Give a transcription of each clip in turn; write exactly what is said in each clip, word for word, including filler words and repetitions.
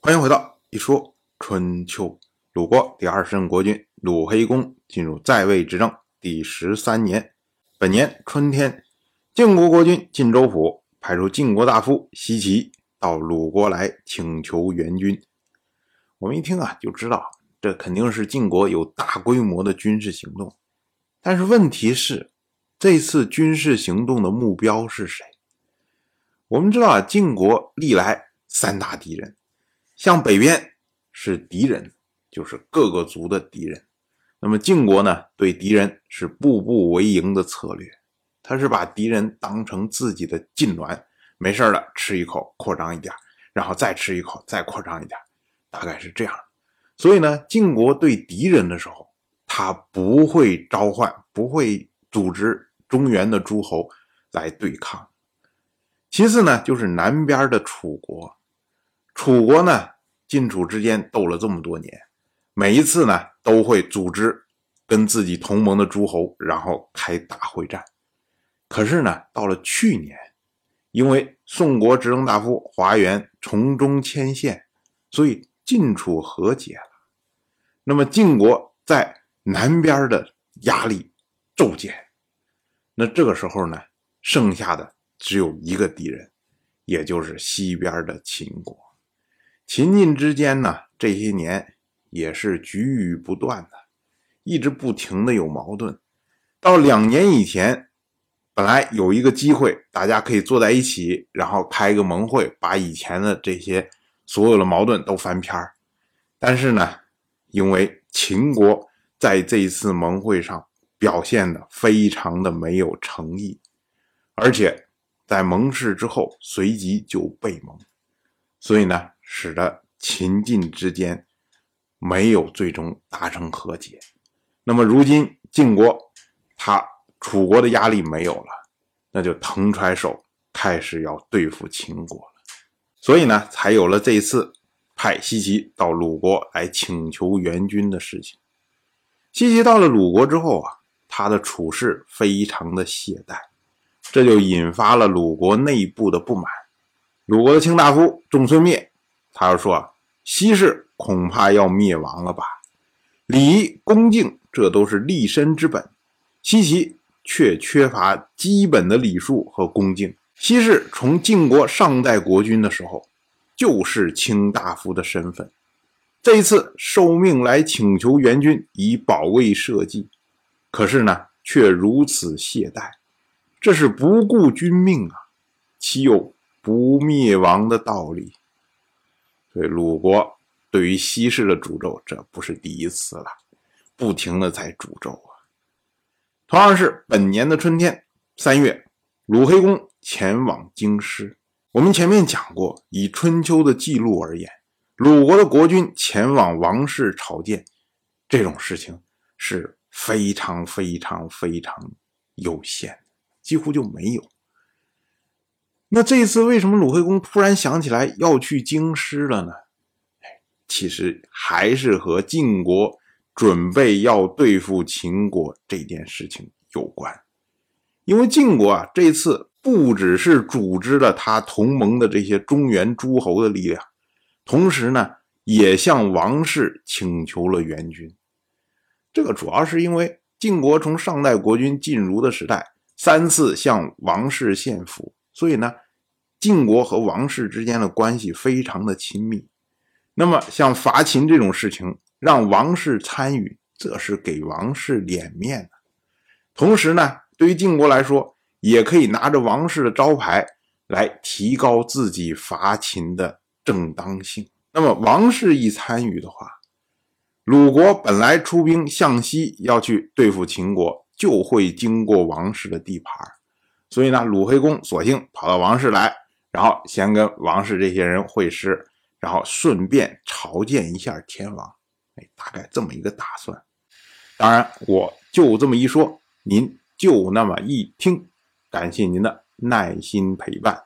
欢迎回到一说春秋。鲁国第二十任国君鲁黑公进入在位执政第十三年，本年春天，晋国国君晋州府派出晋国大夫西齐到鲁国来请求援军。我们一听啊就知道这肯定是晋国有大规模的军事行动，但是问题是这次军事行动的目标是谁？我们知道啊，晋国历来三大敌人，向北边是敌人，就是各个族的敌人。那么晋国呢，对敌人是步步为营的策略，他是把敌人当成自己的痉挛，没事了吃一口扩张一点，然后再吃一口再扩张一点，大概是这样。所以呢，晋国对敌人的时候，他不会召唤，不会组织中原的诸侯来对抗。其次呢，就是南边的楚国。楚国呢，晋楚之间斗了这么多年，每一次呢都会组织跟自己同盟的诸侯，然后开大会战。可是呢，到了去年，因为宋国执政大夫华元从中牵线，所以晋楚和解了。那么晋国在南边的压力骤减，那这个时候呢，剩下的只有一个敌人，也就是西边的秦国。秦晋之间呢，这些年也是局域不断的，一直不停的有矛盾。到两年以前，本来有一个机会，大家可以坐在一起，然后开一个盟会，把以前的这些所有的矛盾都翻篇。但是呢，因为秦国在这一次盟会上表现的非常的没有诚意，而且在盟誓之后随即就被盟，所以呢，使得秦晋之间没有最终达成和解。那么如今晋国他楚国的压力没有了，那就腾出来手开始要对付秦国了。所以呢，才有了这一次派西齐到鲁国来请求援军的事情。西齐到了鲁国之后啊，他的处事非常的懈怠，这就引发了鲁国内部的不满。鲁国的卿大夫仲孙灭，他要说啊，西氏恐怕要灭亡了吧？礼仪恭敬，这都是立身之本，西齐却缺乏基本的礼数和恭敬。西氏从晋国上代国君的时候就是卿大夫的身份，这一次受命来请求援军以保卫社稷，可是呢却如此懈怠，这是不顾君命啊，岂有不灭亡的道理？所以鲁国对于西氏的诅咒，这不是第一次了，不停的在诅咒啊。同样是本年的春天三月，鲁黑公前往京师。我们前面讲过，以春秋的记录而言，鲁国的国君前往王室朝见，这种事情是非常非常非常有限，几乎就没有。那这一次为什么鲁黑公突然想起来要去京师了呢？其实还是和晋国准备要对付秦国这件事情有关。因为晋国啊，这次不只是组织了他同盟的这些中原诸侯的力量，同时呢，也向王室请求了援军。这个主要是因为晋国从上代国君晋如的时代三次向王室献俘，所以呢，晋国和王室之间的关系非常的亲密。那么像伐秦这种事情，让王室参与，这是给王室脸面的。同时呢，对于晋国来说，也可以拿着王室的招牌来提高自己伐秦的正当性。那么王室一参与的话，鲁国本来出兵向西要去对付秦国，就会经过王室的地盘。所以呢，鲁黑公索性跑到王室来，然后先跟王室这些人会师，然后顺便朝见一下天王，哎，大概这么一个打算。当然我就这么一说，您就那么一听，感谢您的耐心陪伴。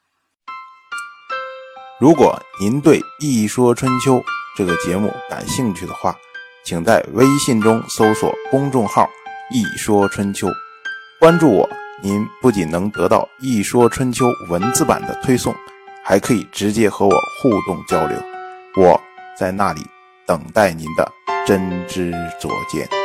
如果您对一说春秋这个节目感兴趣的话，请在微信中搜索公众号一说春秋，关注我，您不仅能得到一说春秋文字版的推送，还可以直接和我互动交流。 我在那里等待您的真知灼见。